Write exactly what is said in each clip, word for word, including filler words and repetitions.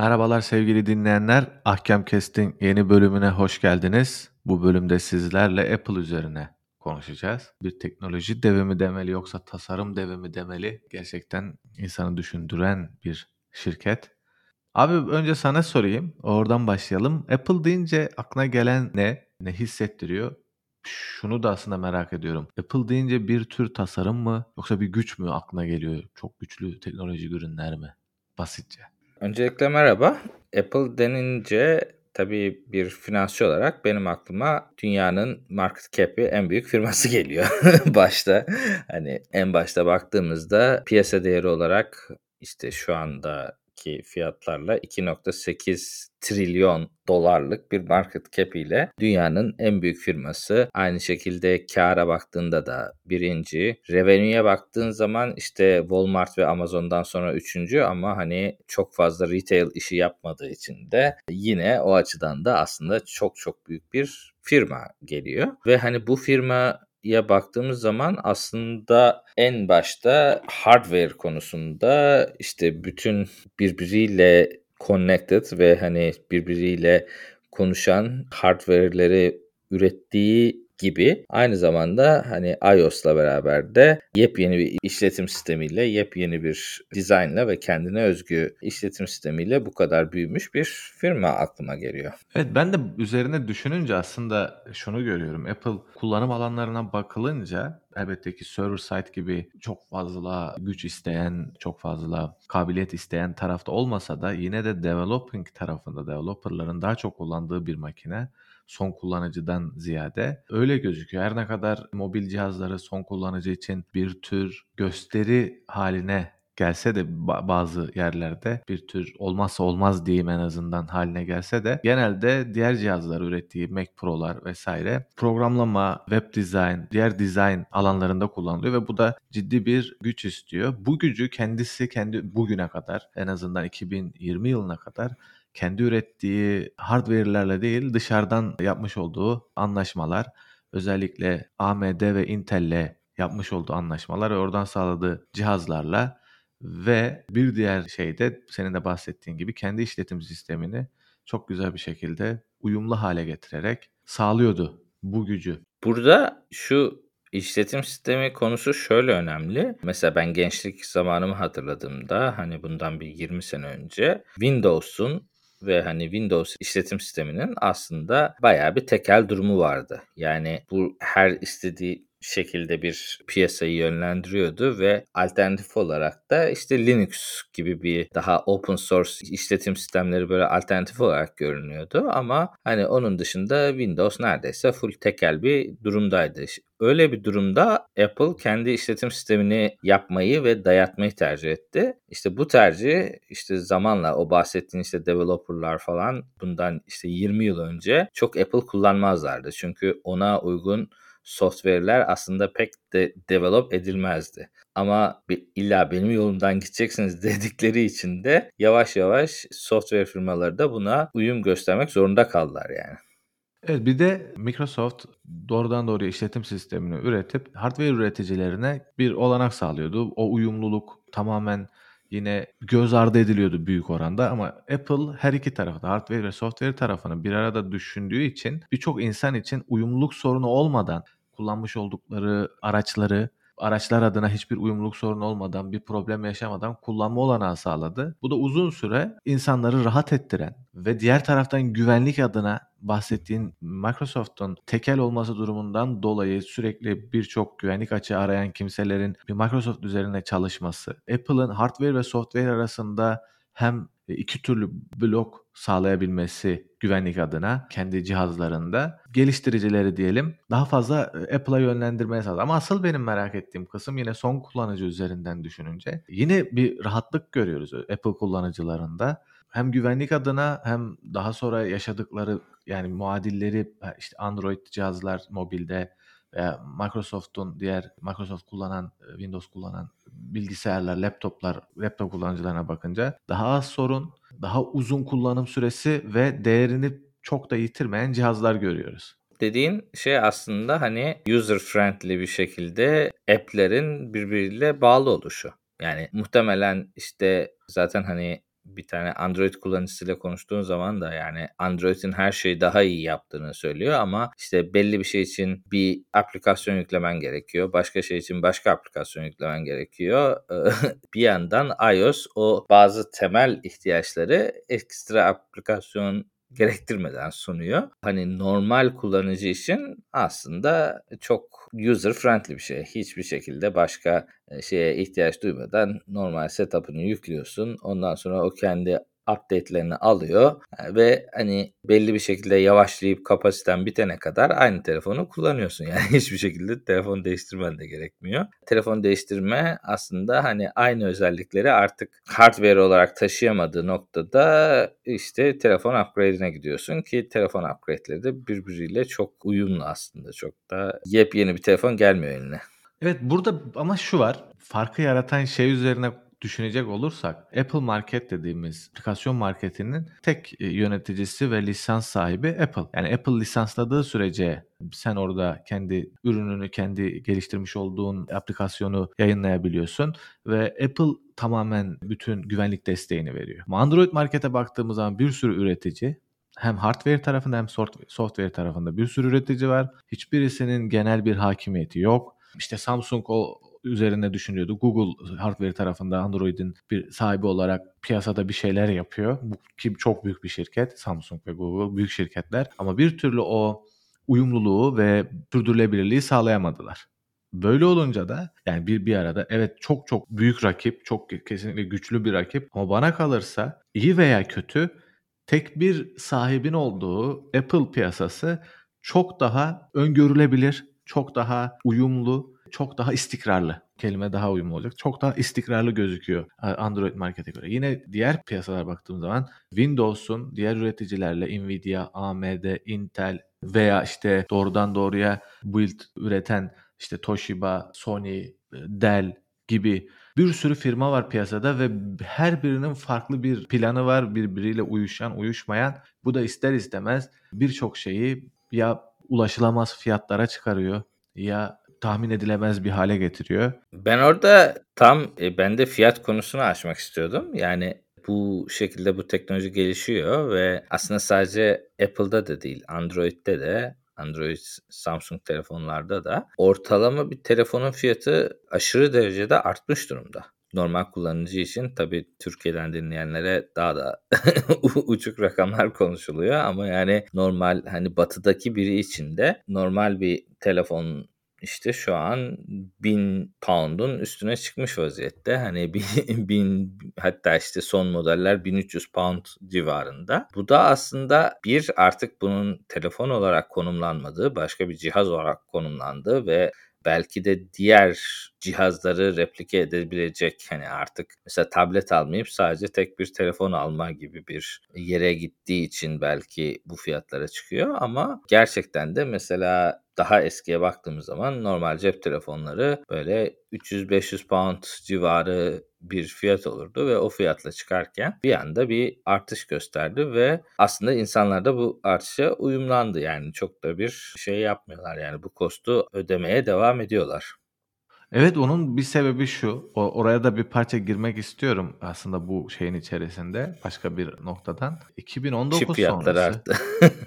Merhabalar sevgili dinleyenler. Ahkam Kest'in yeni bölümüne hoş geldiniz. Bu bölümde sizlerle Apple üzerine konuşacağız. Bir teknoloji devi mi demeli yoksa tasarım devi mi demeli? Gerçekten insanı düşündüren bir şirket. Abi önce sana sorayım. Oradan başlayalım. Apple deyince aklına gelen ne? Ne hissettiriyor? Şunu da aslında merak ediyorum. Apple deyince bir tür tasarım mı yoksa bir güç mü aklına geliyor? Çok güçlü teknolojik ürünler mi? Basitçe. Öncelikle merhaba. Apple denince tabii bir finansçı olarak benim aklıma dünyanın market cap'i en büyük firması geliyor başta. Hani en başta baktığımızda piyasa değeri olarak işte şu andaki fiyatlarla iki nokta sekiz trilyon dolarlık bir market cap ile dünyanın en büyük firması. Aynı şekilde kâra baktığında da birinci. Revenue'ye baktığın zaman işte Walmart ve Amazon'dan sonra üçüncü ama hani çok fazla retail işi yapmadığı için de yine o açıdan da aslında çok çok büyük bir firma geliyor. Ve hani bu firma ya baktığımız zaman aslında en başta hardware konusunda işte bütün birbiriyle connected ve hani birbiriyle konuşan hardware'leri ürettiği gibi aynı zamanda hani iOS'la beraber de yepyeni bir işletim sistemiyle, yepyeni bir dizaynla ve kendine özgü işletim sistemiyle bu kadar büyümüş bir firma aklıma geliyor. Evet, ben de üzerine düşününce aslında şunu görüyorum. Apple kullanım alanlarına bakılınca elbette ki server side gibi çok fazla güç isteyen, çok fazla kabiliyet isteyen tarafta olmasa da yine de developing tarafında developerların daha çok kullandığı bir makine. Son kullanıcıdan ziyade öyle gözüküyor. Her ne kadar mobil cihazları son kullanıcı için bir tür gösteri haline gelse de ba- bazı yerlerde bir tür olmazsa olmaz diyeyim en azından haline gelse de genelde diğer cihazlar ürettiği Mac Pro'lar vesaire programlama, web design, diğer design alanlarında kullanılıyor ve bu da ciddi bir güç istiyor. Bu gücü kendisi kendi bugüne kadar en azından iki bin yirmi yılına kadar kendi ürettiği hardware'lerle değil dışarıdan yapmış olduğu anlaşmalar, özellikle A M D ve Intel'le yapmış olduğu anlaşmalar ve oradan sağladığı cihazlarla ve bir diğer şey de senin de bahsettiğin gibi kendi işletim sistemini çok güzel bir şekilde uyumlu hale getirerek sağlıyordu bu gücü. Burada şu işletim sistemi konusu şöyle önemli. Mesela ben gençlik zamanımı hatırladığımda hani bundan bir yirmi sene önce Windows'un ve hani Windows işletim sisteminin aslında bayağı bir tekel durumu vardı. Yani bu her istediği şekilde bir piyasayı yönlendiriyordu ve alternatif olarak da işte Linux gibi bir daha open source işletim sistemleri böyle alternatif olarak görünüyordu ama hani onun dışında Windows neredeyse full tekel bir durumdaydı. Öyle bir durumda Apple kendi işletim sistemini yapmayı ve dayatmayı tercih etti. İşte bu tercih işte zamanla o bahsettiğin işte developerlar falan bundan işte yirmi yıl önce çok Apple kullanmazlardı. Çünkü ona uygun software'ler aslında pek de develop edilmezdi. Ama illa benim yolumdan gideceksiniz dedikleri için de yavaş yavaş software firmaları da buna uyum göstermek zorunda kaldılar yani. Evet, bir de Microsoft doğrudan doğruya işletim sistemini üretip hardware üreticilerine bir olanak sağlıyordu. O uyumluluk tamamen yine göz ardı ediliyordu büyük oranda ama Apple her iki tarafı da hardware ve software tarafını bir arada düşündüğü için birçok insan için uyumluluk sorunu olmadan kullanmış oldukları araçları araçlar adına hiçbir uyumluluk sorunu olmadan, bir problem yaşamadan kullanma olanağı sağladı. Bu da uzun süre insanları rahat ettiren ve diğer taraftan güvenlik adına bahsettiğin Microsoft'un tekel olması durumundan dolayı sürekli birçok güvenlik açığı arayan kimselerin bir Microsoft üzerine çalışması, Apple'ın hardware ve software arasında hem iki türlü blok sağlayabilmesi güvenlik adına kendi cihazlarında geliştiricileri diyelim daha fazla Apple'a yönlendirmeye sağladı. Ama asıl benim merak ettiğim kısım yine son kullanıcı üzerinden düşününce yine bir rahatlık görüyoruz Apple kullanıcılarında. Hem güvenlik adına hem daha sonra yaşadıkları yani muadilleri işte Android cihazlar mobilde veya Microsoft'un diğer Microsoft kullanan Windows kullanan bilgisayarlar, laptoplar, laptop kullanıcılarına bakınca daha az sorun, daha uzun kullanım süresi ve değerini çok da yitirmeyen cihazlar görüyoruz. Dediğin şey aslında hani user friendly bir şekilde app'lerin birbiriyle bağlı oluşu. Yani muhtemelen işte zaten hani bir tane Android kullanıcısıyla konuştuğun zaman da yani Android'in her şeyi daha iyi yaptığını söylüyor ama işte belli bir şey için bir aplikasyon yüklemen gerekiyor. Başka şey için başka aplikasyon yüklemen gerekiyor. Bir yandan iOS o bazı temel ihtiyaçları ekstra aplikasyon gerektirmeden sunuyor. Hani normal kullanıcı için aslında çok user friendly bir şey. Hiçbir şekilde başka e, şeye ihtiyaç duymadan normal setup'ını yüklüyorsun. Ondan sonra o kendi update'lerini alıyor e, ve hani belli bir şekilde yavaşlayıp kapasiten bitene kadar aynı telefonu kullanıyorsun. Yani hiçbir şekilde telefon değiştirmen de gerekmiyor. Telefon değiştirme aslında hani aynı özellikleri artık hardware olarak taşıyamadığı noktada işte telefon upgrade'ine gidiyorsun ki telefon upgrade'leri de birbiriyle çok uyumlu aslında. Çok da yepyeni bir telefon gelmiyor eline. Evet, burada ama şu var, farkı yaratan şey üzerine düşünecek olursak Apple Market dediğimiz aplikasyon marketinin tek e, yöneticisi ve lisans sahibi Apple. Yani Apple lisansladığı sürece sen orada kendi ürününü, kendi geliştirmiş olduğun aplikasyonu yayınlayabiliyorsun ve Apple tamamen bütün güvenlik desteğini veriyor. Ama Android Market'e baktığımız zaman bir sürü üretici, hem hardware tarafında hem software tarafında bir sürü üretici var. Hiçbirisinin genel bir hakimiyeti yok. İşte Samsung o üzerine düşünüyordu. Google hardware tarafında Android'in bir sahibi olarak piyasada bir şeyler yapıyor. Bu ki çok büyük bir şirket. Samsung ve Google büyük şirketler ama bir türlü o uyumluluğu ve sürdürülebilirliği sağlayamadılar. Böyle olunca da yani bir bir arada evet çok çok büyük rakip, çok kesinlikle güçlü bir rakip ama bana kalırsa iyi veya kötü tek bir sahibin olduğu Apple piyasası çok daha öngörülebilir, çok daha uyumlu, çok daha istikrarlı. Kelime daha uyumlu olacak. Çok daha istikrarlı gözüküyor Android markete göre. Yine diğer piyasalara baktığım zaman Windows'un diğer üreticilerle Nvidia, A M D, Intel veya işte doğrudan doğruya build üreten işte Toshiba, Sony, Dell gibi bir sürü firma var piyasada ve her birinin farklı bir planı var, birbiriyle uyuşan, uyuşmayan. Bu da ister istemez birçok şeyi ya ulaşılamaz fiyatlara çıkarıyor ya tahmin edilemez bir hale getiriyor. Ben orada tam e, ben de fiyat konusunu açmak istiyordum. Yani bu şekilde bu teknoloji gelişiyor ve aslında sadece Apple'da da değil, Android'de de, Android Samsung telefonlarda da ortalama bir telefonun fiyatı aşırı derecede artmış durumda. Normal kullanıcı için tabii Türkiye'den dinleyenlere daha da uçuk rakamlar konuşuluyor ama yani normal hani batıdaki biri için de normal bir telefon işte şu an bin pound'un üstüne çıkmış vaziyette. Hani bin, bin hatta işte son modeller bin üç yüz pound civarında. Bu da aslında bir artık bunun telefon olarak konumlanmadığı, başka bir cihaz olarak konumlandığı ve belki de diğer cihazları replike edebilecek hani artık mesela tablet almayıp sadece tek bir telefon alma gibi bir yere gittiği için belki bu fiyatlara çıkıyor ama gerçekten de mesela daha eskiye baktığımız zaman normal cep telefonları böyle üç yüz beş yüz pound civarı bir fiyat olurdu ve o fiyatla çıkarken bir anda bir artış gösterdi ve aslında insanlar da bu artışa uyumlandı. Yani çok da bir şey yapmıyorlar yani bu kostu ödemeye devam ediyorlar. Evet, onun bir sebebi şu, o oraya da bir parça girmek istiyorum aslında bu şeyin içerisinde başka bir noktadan. Çip iki bin on dokuz fiyatları sonrası arttı.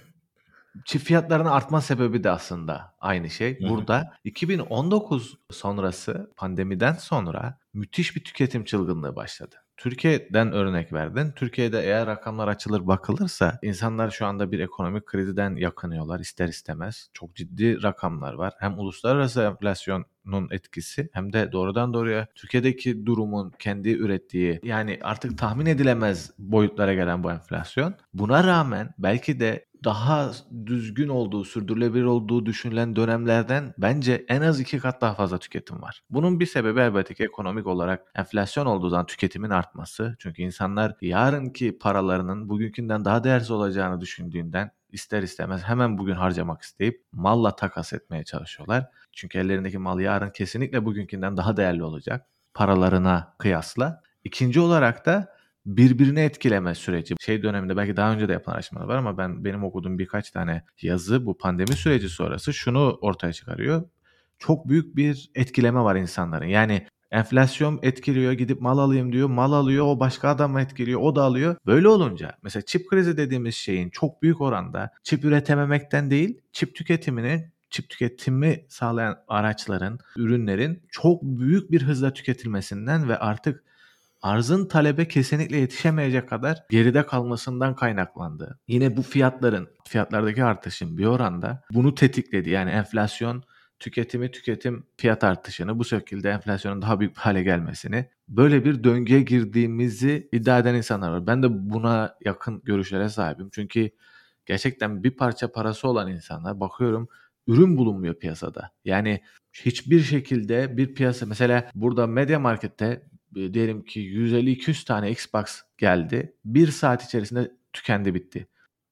çip fiyatlarının artma sebebi de aslında aynı şey. Hı hı. Burada iki bin on dokuz sonrası, pandemiden sonra müthiş bir tüketim çılgınlığı başladı. Türkiye'den örnek verdin. Türkiye'de eğer rakamlar açılır bakılırsa insanlar şu anda bir ekonomik krizden yakınıyorlar ister istemez. Çok ciddi rakamlar var. Hem uluslararası enflasyonun etkisi hem de doğrudan doğruya Türkiye'deki durumun kendi ürettiği yani artık tahmin edilemez boyutlara gelen bu enflasyon. Buna rağmen belki de daha düzgün olduğu, sürdürülebilir olduğu düşünülen dönemlerden bence en az iki kat daha fazla tüketim var. Bunun bir sebebi elbette ki ekonomik olarak enflasyon olduğu zaman tüketimin artması. Çünkü insanlar yarınki paralarının bugünkünden daha değersiz olacağını düşündüğünden ister istemez hemen bugün harcamak isteyip malla takas etmeye çalışıyorlar. Çünkü ellerindeki mal yarın kesinlikle bugünkünden daha değerli olacak paralarına kıyasla. İkinci olarak da birbirini etkileme süreci. Şey döneminde belki daha önce de yapılan araştırmalar var ama ben benim okuduğum birkaç tane yazı bu pandemi süreci sonrası şunu ortaya çıkarıyor. Çok büyük bir etkileme var insanların. Yani Enflasyon etkiliyor, gidip mal alayım diyor, mal alıyor, o başka adamı etkiliyor, o da alıyor. Böyle olunca mesela çip krizi dediğimiz şeyin çok büyük oranda çip üretememekten değil, çip tüketimini çip tüketimi sağlayan araçların, ürünlerin çok büyük bir hızla tüketilmesinden ve artık arzın talebe kesinlikle yetişemeyecek kadar geride kalmasından kaynaklandı. Yine bu fiyatların, fiyatlardaki artışın bir oranda bunu tetikledi. Yani enflasyon tüketimi, tüketim fiyat artışını, bu şekilde enflasyonun daha büyük bir hale gelmesini, böyle bir döngüye girdiğimizi iddia eden insanlar var. Ben de buna yakın görüşlere sahibim. Çünkü gerçekten bir parça parası olan insanlar, bakıyorum ürün bulunmuyor piyasada. Yani hiçbir şekilde bir piyasa, mesela burada MediaMarkt'te e, diyelim ki yüz elli iki yüz tane Xbox geldi. Bir saat içerisinde tükendi, bitti.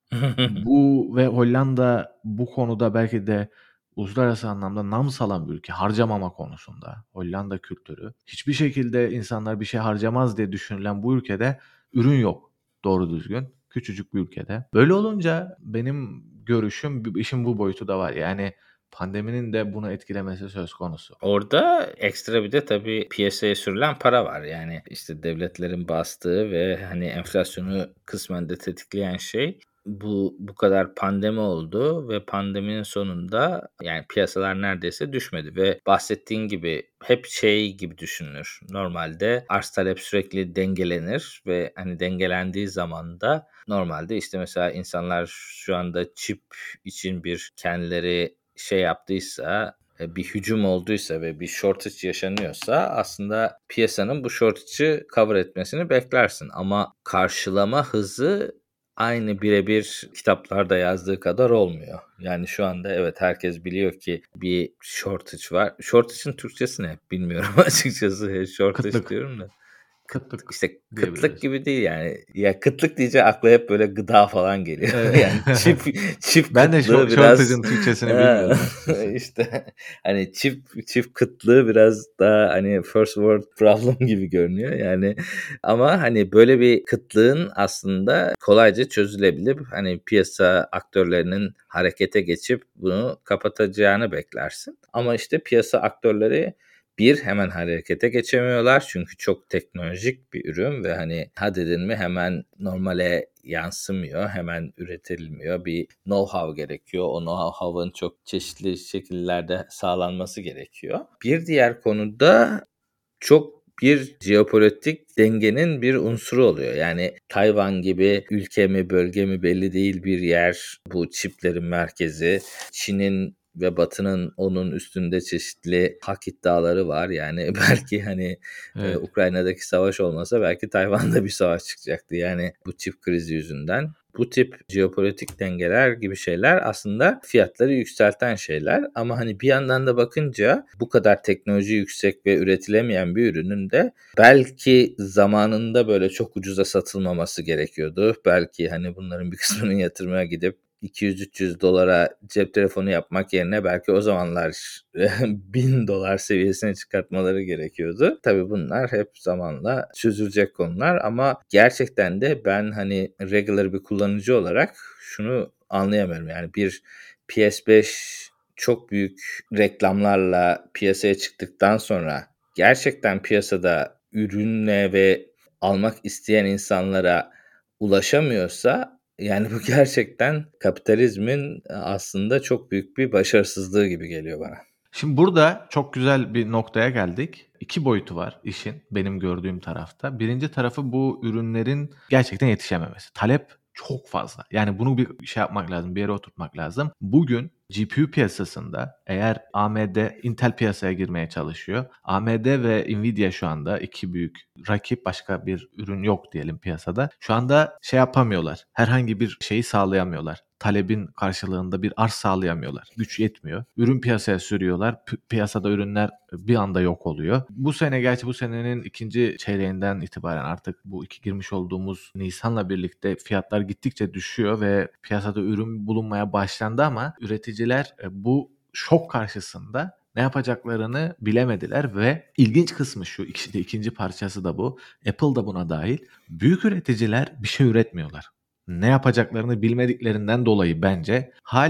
Bu ve Hollanda bu konuda belki de uluslararası anlamda nam salan bir ülke. Harcamama konusunda. Hollanda kültürü. Hiçbir şekilde insanlar bir şey harcamaz diye düşünülen bu ülkede ürün yok doğru düzgün. Küçücük bir ülkede. Böyle olunca benim görüşüm, bu- işin bu boyutu da var. Yani pandeminin de bunu etkilemesi söz konusu. Orada ekstra bir de tabii piyasaya sürülen para var. Yani işte devletlerin bastığı ve hani enflasyonu kısmen de tetikleyen şey bu bu kadar pandemi oldu ve pandeminin sonunda yani piyasalar neredeyse düşmedi ve bahsettiğin gibi hep şey gibi düşünülür. Normalde arz talep sürekli dengelenir ve hani dengelendiği zaman da normalde işte mesela insanlar şu anda çip için bir kendileri şey yaptıysa, e, bir hücum olduysa ve bir shortage yaşanıyorsa aslında piyasanın bu shortage'ı cover etmesini beklersin. Ama karşılama hızı aynı birebir kitaplarda yazdığı kadar olmuyor. Yani şu anda evet herkes biliyor ki bir shortage var. Shortage'ın Türkçesi ne bilmiyorum açıkçası. Shortage Kıtlık. diyorum da. Kıt, Kıtlık işte kıtlık diyebiliriz. gibi değil yani. Ya kıtlık deyince akla hep böyle gıda falan geliyor. Eee, Yani çip çip ben de kıtlığı şo biraz shortage'ın Türkçesini ha, bilmiyordum açıkçası. işte hani çip çip kıtlığı biraz daha hani first world problem gibi görünüyor. Yani ama hani böyle bir kıtlığın aslında kolayca çözülebilir. Hani piyasa aktörlerinin harekete geçip bunu kapatacağını beklersin. Ama işte piyasa aktörleri bir, hemen harekete geçemiyorlar çünkü çok teknolojik bir ürün ve hani ha dedin mi hemen normale yansımıyor, hemen üretilmiyor. Bir know-how gerekiyor. O know-how'ın çok çeşitli şekillerde sağlanması gerekiyor. Bir diğer konuda çok bir jeopolitik dengenin bir unsuru oluyor. Yani Tayvan gibi ülke mi bölge mi belli değil bir yer bu çiplerin merkezi. Çin'in ve Batı'nın onun üstünde çeşitli hak iddiaları var. Yani belki hani e, Evet. Ukrayna'daki savaş olmasa belki Tayvan'da bir savaş çıkacaktı. Yani bu çip krizi yüzünden. Bu tip jeopolitik dengeler gibi şeyler aslında fiyatları yükselten şeyler ama hani bir yandan da bakınca bu kadar teknoloji yüksek ve üretilemeyen bir ürünün de belki zamanında böyle çok ucuza satılmaması gerekiyordu. Belki hani bunların bir kısmının yatırmaya gidip iki yüz üç yüz dolara cep telefonu yapmak yerine belki o zamanlar bin dolar seviyesine çıkartmaları gerekiyordu. Tabii bunlar hep zamanla çözülecek konular ama gerçekten de ben hani regular bir kullanıcı olarak şunu anlayamıyorum. Yani bir P S beş çok büyük reklamlarla piyasaya çıktıktan sonra gerçekten piyasada ürünle ve almak isteyen insanlara ulaşamıyorsa yani bu gerçekten kapitalizmin aslında çok büyük bir başarısızlığı gibi geliyor bana. Şimdi burada çok güzel bir noktaya geldik. İki boyutu var işin benim gördüğüm tarafta. Birinci tarafı bu ürünlerin gerçekten yetişememesi. Talep çok fazla. Yani bunu bir şey yapmak lazım, bir yere oturtmak lazım. Bugün G P U piyasasında eğer A M D, Intel piyasaya girmeye çalışıyor. A M D ve Nvidia şu anda iki büyük rakip, başka bir ürün yok diyelim piyasada. Şu anda şey yapamıyorlar. Herhangi bir şeyi sağlayamıyorlar. Talebin karşılığında bir arz sağlayamıyorlar. Güç yetmiyor. Ürün piyasaya sürüyorlar. P- piyasada ürünler bir anda yok oluyor. Bu sene, gerçi bu senenin ikinci çeyreğinden itibaren artık bu iki girmiş olduğumuz Nisan'la birlikte fiyatlar gittikçe düşüyor ve piyasada ürün bulunmaya başlandı ama üreticiler e, bu şok karşısında ne yapacaklarını bilemediler ve ilginç kısmı şu, işte ikinci parçası da bu. Apple da buna dahil. Büyük üreticiler bir şey üretmiyorlar. Ne yapacaklarını bilmediklerinden dolayı bence hala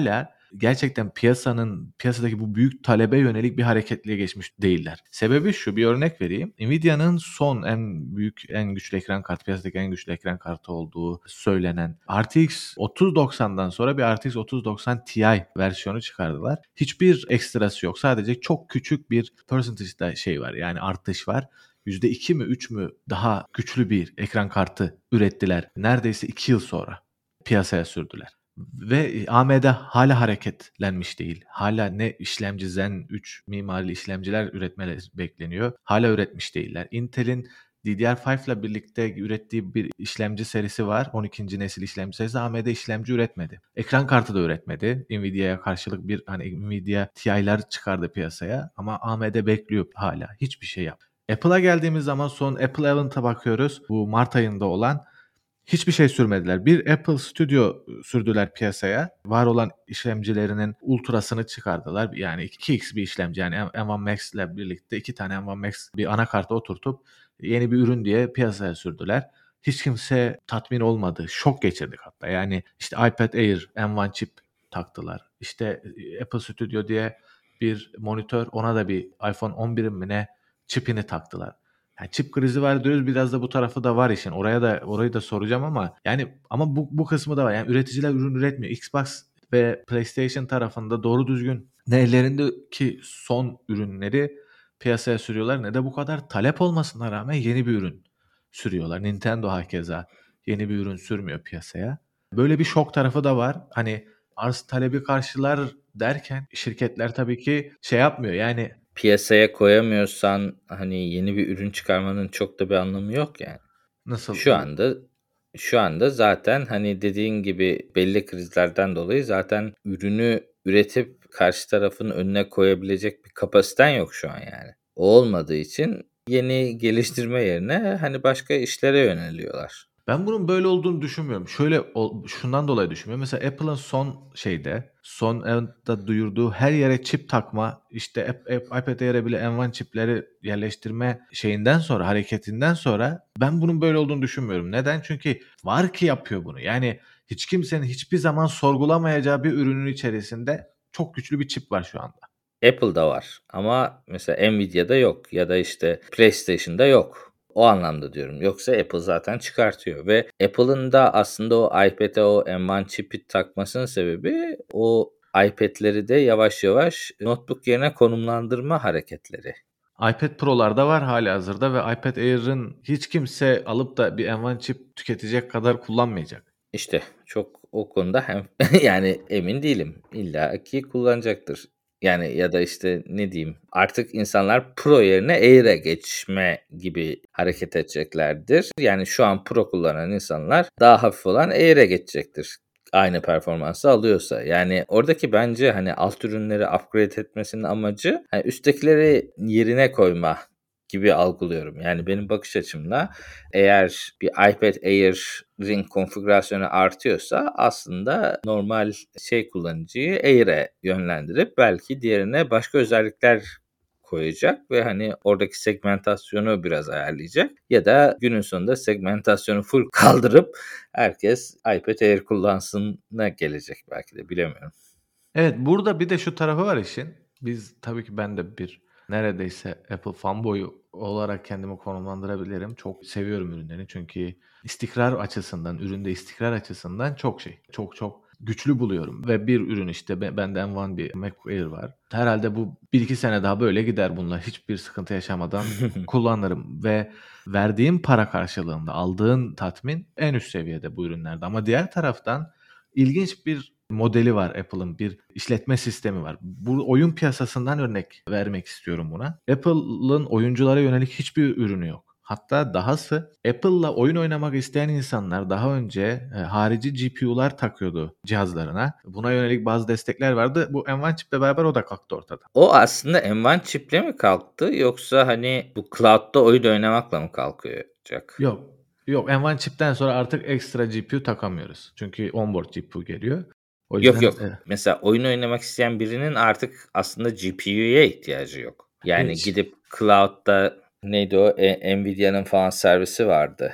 gerçekten piyasanın piyasadaki bu büyük talebe yönelik bir hareketliğe geçmiş değiller. Sebebi şu, bir örnek vereyim. Nvidia'nın son en büyük, en güçlü ekran kartı, piyasadaki en güçlü ekran kartı olduğu söylenen R T X otuz doksandan sonra bir R T X otuz doksan Ti versiyonu çıkardılar. Hiçbir ekstrası yok. Sadece çok küçük bir percentage'da şey var. Yani artış var. yüzde iki mi üç mü daha güçlü bir ekran kartı ürettiler. Neredeyse iki yıl sonra piyasaya sürdüler. Ve A M D hala hareketlenmiş değil. Hala ne işlemci Zen üç mimarili işlemciler üretmeleri bekleniyor. Hala üretmiş değiller. Intel'in D D R beş ile birlikte ürettiği bir işlemci serisi var. on ikinci nesil işlemci serisi. A M D işlemci üretmedi. Ekran kartı da üretmedi. Nvidia'ya karşılık bir hani Nvidia Ti'ler çıkardı piyasaya ama A M D bekliyor hala. Hiçbir şey yap. Apple'a geldiğimiz zaman son Apple Event'a bakıyoruz. Bu Mart ayında olan. Hiçbir şey sürmediler. Bir Apple Studio sürdüler piyasaya. Var olan işlemcilerinin ultrasını çıkardılar. Yani iki x bir işlemci, yani M bir Max ile birlikte iki tane M bir Max bir anakarta oturtup yeni bir ürün diye piyasaya sürdüler. Hiç kimse tatmin olmadı. Şok geçirdik hatta. Yani işte iPad Air M bir chip taktılar. İşte Apple Studio diye bir monitör, ona da bir iPhone on birin mi ne çipini taktılar. Yani çip krizi var diyoruz, biraz da bu tarafı da var işin. Oraya da orayı da soracağım ama yani ama bu bu kısmı da var. Yani üreticiler ürün üretmiyor. Xbox ve PlayStation tarafında doğru düzgün ne ellerindeki son ürünleri piyasaya sürüyorlar ne de bu kadar talep olmasına rağmen yeni bir ürün sürüyorlar. Nintendo hakeza yeni bir ürün sürmüyor piyasaya. Böyle bir şok tarafı da var. Hani arz talebi karşılar derken şirketler tabii ki şey yapmıyor. Yani Piyasaya koyamıyorsan hani yeni bir ürün çıkarmanın çok da bir anlamı yok yani. nasıl Şu anda şu anda zaten hani dediğin gibi belli krizlerden dolayı zaten ürünü üretip karşı tarafın önüne koyabilecek bir kapasiten yok şu an yani. O olmadığı için yeni geliştirme yerine hani başka işlere yöneliyorlar. Ben bunun böyle olduğunu düşünmüyorum. Şöyle ol- şundan dolayı düşünmüyorum. Mesela Apple'ın son şeyde, son event'ta duyurduğu her yere çip takma, işte App- App- iPad Air'e bile M bir çipleri yerleştirme şeyinden sonra, hareketinden sonra ben bunun böyle olduğunu düşünmüyorum. Neden? Çünkü var ki yapıyor bunu. Yani hiç kimsenin hiçbir zaman sorgulamayacağı bir ürünün içerisinde çok güçlü bir çip var şu anda. Apple'da var ama mesela Nvidia'da yok ya da işte PlayStation'da yok. O anlamda diyorum. Yoksa Apple zaten çıkartıyor ve Apple'ın da aslında o iPad'e o M bir çipi takmasının sebebi o iPad'leri de yavaş yavaş notebook yerine konumlandırma hareketleri. iPad Pro'larda var halihazırda ve iPad Air'ın hiç kimse alıp da bir M bir çip tüketecek kadar kullanmayacak. İşte çok o konuda hem yani emin değilim. İlla ki kullanacaktır. Yani ya da işte ne diyeyim artık insanlar Pro yerine Air'e geçme gibi hareket edeceklerdir. Yani şu an Pro kullanan insanlar daha hafif olan Air'e geçecektir. Aynı performansı alıyorsa. Yani oradaki bence hani alt ürünleri upgrade etmesinin amacı hani üsttekileri yerine koyma gibi algılıyorum. Yani benim bakış açımla eğer bir iPad Air'in konfigürasyonu artıyorsa aslında normal şey kullanıcıyı Air'e yönlendirip belki diğerine başka özellikler koyacak ve hani oradaki segmentasyonu biraz ayarlayacak ya da günün sonunda segmentasyonu full kaldırıp herkes iPad Air kullansına gelecek belki de bilemiyorum. Evet, burada bir de şu tarafı var işin. Biz tabii ki ben de bir neredeyse Apple fanboyu olarak kendimi konumlandırabilirim. Çok seviyorum ürünlerini çünkü istikrar açısından, üründe istikrar açısından çok şey, çok çok güçlü buluyorum. Ve bir ürün işte be- bende M bir bir MacBook Air var. Herhalde bu bir iki sene daha böyle gider bunlar. Hiçbir sıkıntı yaşamadan kullanırım ve verdiğim para karşılığında aldığın tatmin en üst seviyede bu ürünlerde. Ama diğer taraftan ilginç bir modeli var Apple'ın, bir işletme sistemi var. Bu oyun piyasasından örnek vermek istiyorum buna. Apple'ın oyunculara yönelik hiçbir ürünü yok. Hatta dahası Apple'la oyun oynamak isteyen insanlar daha önce e, harici G P U'lar takıyordu cihazlarına. Buna yönelik bazı destekler vardı. Bu M bir çiple beraber o da kalktı ortadan. O aslında M bir çiple mi kalktı yoksa hani bu cloud'da oyun oynamakla mı kalkacak? Yok. Yok, M bir çipten sonra artık ekstra G P U takamıyoruz. Çünkü onboard G P U geliyor. O Yok, yüzden yok. e, Mesela oyun oynamak isteyen birinin artık aslında G P U'ya ihtiyacı yok. e, Yani gidip cloud'da neydi o? E, Nvidia'nın falan servisi vardı.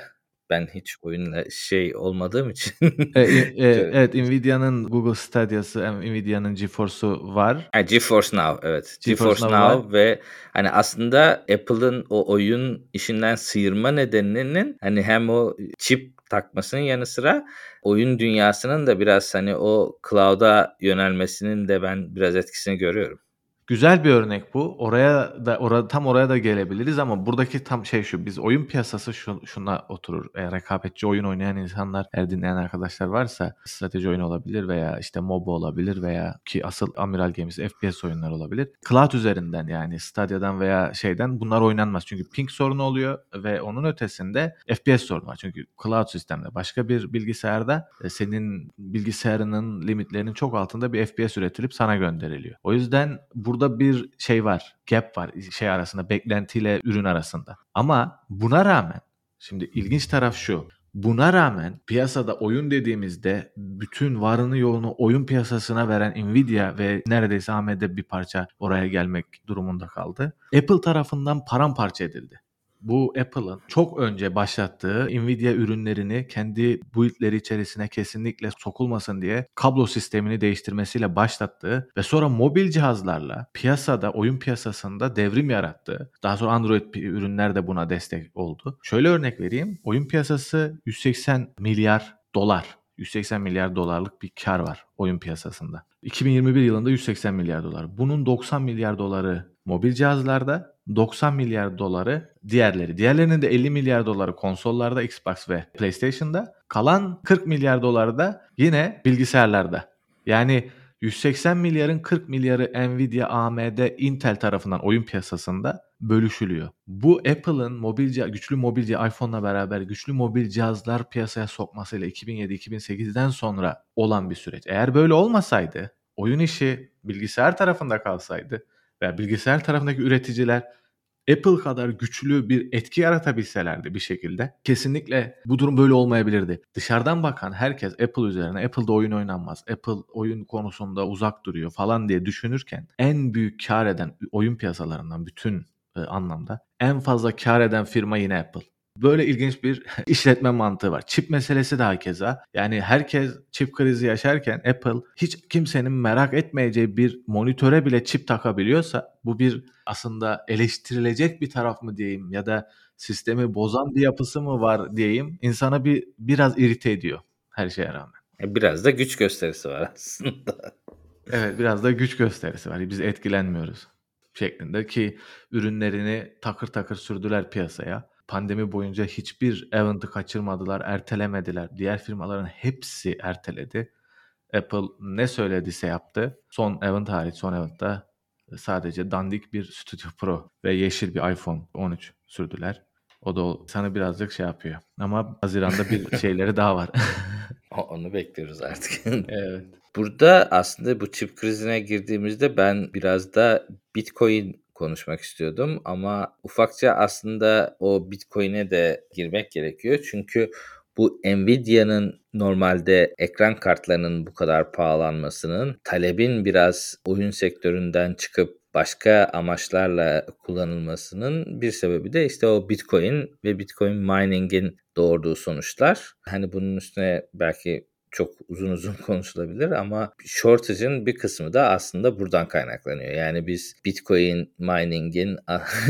Ben hiç oyunla şey olmadığım için. E, i eee, evet, Nvidia'nın Google Stadia'sı, emm, Nvidia'nın GeForce'u var. Ha, GeForce Now, evet. GeForce GeForce Now var. Now ve, hani, aslında Apple'ın o oyun işinden sıyırma nedeninin, hani, hem o çip takmasının yanı sıra oyun dünyasının da biraz, hani, o cloud'a yönelmesinin de ben biraz etkisini görüyorum. Güzel bir örnek bu. Oraya da ora tam oraya da gelebiliriz ama buradaki tam şey şu, biz oyun piyasası şu şuna oturur. Eğer rekabetçi oyun oynayan insanlar, eğer dinleyen arkadaşlar varsa strateji oyunu olabilir veya, işte, MOBA olabilir veya ki asıl amiral gemisi F P S oyunları olabilir. Cloud üzerinden yani Stadia'dan veya şeyden bunlar oynanmaz. Çünkü ping sorunu oluyor ve onun ötesinde F P S sorunu var. Çünkü cloud sistemde başka bir bilgisayarda, eee, senin bilgisayarının limitlerinin çok altında bir F P S üretilip sana gönderiliyor. O yüzden burada bir şey var, gap var şey arasında, beklentiyle ürün arasında. Ama buna rağmen, şimdi ilginç taraf şu, buna rağmen piyasada oyun dediğimizde bütün varını yoğunu oyun piyasasına veren Nvidia ve neredeyse A M D bir parça oraya gelmek durumunda kaldı. Apple tarafından paramparça edildi. Bu Apple'ın çok önce başlattığı Nvidia ürünlerini kendi build'leri içerisine kesinlikle sokulmasın diye kablo sistemini değiştirmesiyle başlattığı ve sonra mobil cihazlarla piyasada, oyun piyasasında devrim yarattığı, daha sonra Android pi ürünler de buna destek oldu. Şöyle örnek vereyim, oyun piyasası yüz seksen milyar dolar. yüz seksen milyar dolarlık bir kar var oyun piyasasında. iki bin yirmi bir yılında yüz seksen milyar dolar. Bunun doksan milyar doları mobil cihazlarda, doksan milyar doları diğerleri. Diğerlerinin de elli milyar doları konsollarda, Xbox ve PlayStation'da. Kalan kırk milyar doları da yine bilgisayarlarda. Yani yüz seksen milyarın kırk milyarı Nvidia, A M D, Intel tarafından oyun piyasasında bölüşülüyor. Bu Apple'ın mobil ciha güçlü mobil cihaz iPhone'la beraber güçlü mobil cihazlar piyasaya sokmasıyla iki bin yedi iki bin sekizden sonra olan bir süreç. Eğer böyle olmasaydı, oyun işi bilgisayar tarafında kalsaydı veya bilgisayar tarafındaki üreticiler Apple kadar güçlü bir etki yaratabilselerdi bir şekilde, kesinlikle bu durum böyle olmayabilirdi. Dışarıdan bakan herkes Apple üzerine, Apple'da oyun oynanmaz, Apple oyun konusunda uzak duruyor falan diye düşünürken en büyük kâr eden oyun piyasalarından bütün e, anlamda en fazla kâr eden firma yine Apple. Böyle ilginç bir işletme mantığı var. Çip meselesi de hakeza. Yani herkes çip krizi yaşarken Apple hiç kimsenin merak etmeyeceği bir monitöre bile çip takabiliyorsa bu bir aslında eleştirilecek bir taraf mı diyeyim ya da sistemi bozan bir yapısı mı var diyeyim, insana bir biraz irite ediyor her şeye rağmen. E, biraz da güç gösterisi var aslında. Evet, biraz da güç gösterisi var. Biz etkilenmiyoruz şeklinde ki ürünlerini takır takır sürdüler piyasaya. Pandemi boyunca hiçbir event'ı kaçırmadılar, ertelemediler. Diğer firmaların hepsi erteledi. Apple ne söylediyse yaptı. Son event hariç, son event'ta sadece dandik bir Studio Pro ve yeşil bir iPhone on üç sürdüler. O da sana birazcık şey yapıyor. Ama Haziran'da bir şeyleri daha var. O onu bekliyoruz artık. Evet. Burada aslında bu çip krizine girdiğimizde ben biraz da Bitcoin konuşmak istiyordum ama ufakça aslında o Bitcoin'e de girmek gerekiyor. Çünkü bu Nvidia'nın normalde ekran kartlarının bu kadar pahalanmasının, talebin biraz oyun sektöründen çıkıp başka amaçlarla kullanılmasının bir sebebi de işte o Bitcoin ve Bitcoin mining'in doğurduğu sonuçlar. Hani bunun üstüne belki çok uzun uzun konuşulabilir ama shortage'ın bir kısmı da aslında buradan kaynaklanıyor. Yani biz Bitcoin mining'in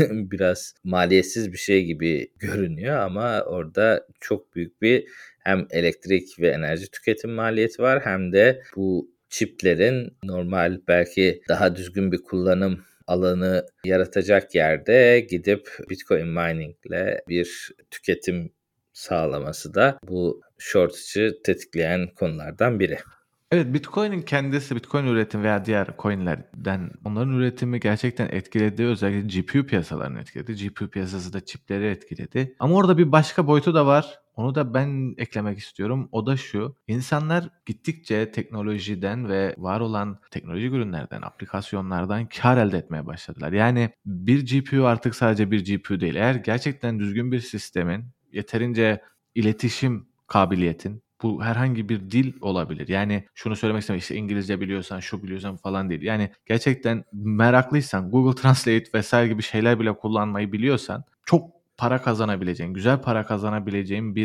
biraz maliyetsiz bir şey gibi görünüyor ama orada çok büyük bir hem elektrik ve enerji tüketim maliyeti var hem de bu çiplerin normal belki daha düzgün bir kullanım alanı yaratacak yerde gidip Bitcoin miningle bir tüketim sağlaması da bu shortage'ı tetikleyen konulardan biri. Evet, Bitcoin'in kendisi, Bitcoin üretimi veya diğer coin'lerden onların üretimi gerçekten etkiledi. Özellikle G P U piyasalarını etkiledi. G P U piyasası da çipleri etkiledi. Ama orada bir başka boyutu da var. Onu da ben eklemek istiyorum. O da şu: İnsanlar gittikçe teknolojiden ve var olan teknolojik ürünlerden, aplikasyonlardan kâr elde etmeye başladılar. Yani bir G P U artık sadece bir G P U değil. Eğer gerçekten düzgün bir sistemin, yeterince iletişim kabiliyetin, bu herhangi bir dil olabilir. Yani şunu söylemek istemiyorum, işte İngilizce biliyorsan, şu biliyorsan falan değil. Yani gerçekten meraklıysan, Google Translate vesaire gibi şeyler bile kullanmayı biliyorsan çok para kazanabileceğin, güzel para kazanabileceğin bir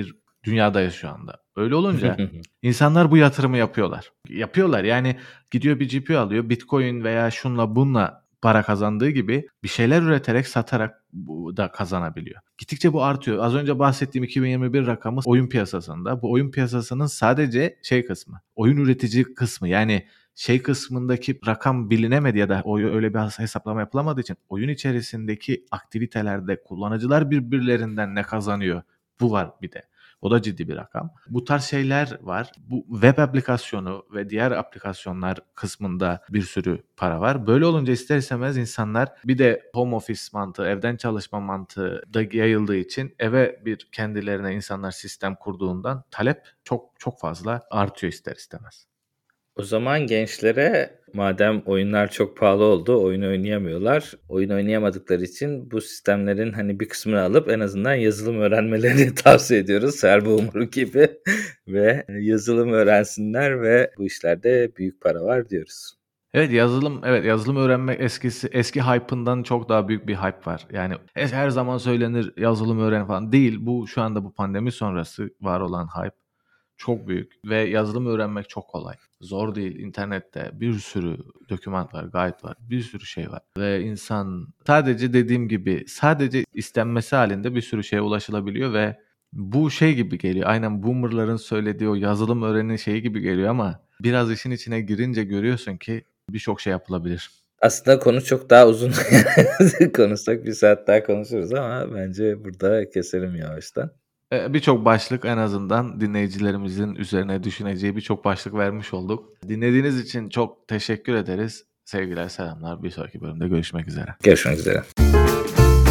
dünyadayız şu anda. Öyle olunca insanlar bu yatırımı yapıyorlar. Yapıyorlar yani gidiyor bir G P U alıyor. Bitcoin veya şunla bunla para kazandığı gibi bir şeyler üreterek satarak bu da kazanabiliyor. Gittikçe bu artıyor. Az önce bahsettiğim iki bin yirmi bir rakamı oyun piyasasında. Bu oyun piyasasının sadece şey kısmı, oyun üretici kısmı yani şey kısmındaki rakam bilinemedi ya da o öyle bir hesaplama yapılamadığı için oyun içerisindeki aktivitelerde kullanıcılar birbirlerinden ne kazanıyor? Bu var bir de. O da ciddi bir rakam. Bu tarz şeyler var. Bu web aplikasyonu ve diğer aplikasyonlar kısmında bir sürü para var. Böyle olunca ister istemez insanlar bir de home office mantığı, evden çalışma mantığı da yayıldığı için eve bir kendilerine insanlar sistem kurduğundan talep çok çok fazla artıyor ister istemez. O zaman gençlere madem oyunlar çok pahalı oldu, oyun oynayamıyorlar. Oyun oynayamadıkları için bu sistemlerin hani bir kısmını alıp en azından yazılım öğrenmelerini tavsiye ediyoruz. Her boomer gibi ve yazılım öğrensinler ve bu işlerde büyük para var diyoruz. Evet yazılım evet yazılım öğrenmek eskisi eski hype'ından çok daha büyük bir hype var. Yani es- her zaman söylenir yazılım öğren falan değil. Bu şu anda bu pandemi sonrası var olan hype çok büyük ve yazılım öğrenmek çok kolay. Zor değil. İnternette bir sürü doküman var, guide var, bir sürü şey var. Ve insan sadece dediğim gibi sadece istenmesi halinde bir sürü şeye ulaşılabiliyor ve bu şey gibi geliyor. Aynen boomerların söylediği o yazılım öğrenin şeyi gibi geliyor ama biraz işin içine girince görüyorsun ki birçok şey yapılabilir. Aslında konu çok daha uzun. Konuşsak bir saat daha konuşuruz ama bence burada keselim yavaştan. Eee, birçok başlık en azından dinleyicilerimizin üzerine düşüneceği birçok başlık vermiş olduk. Dinlediğiniz için çok teşekkür ederiz. Sevgiler, selamlar. Bir sonraki bölümde görüşmek üzere. Görüşmek üzere.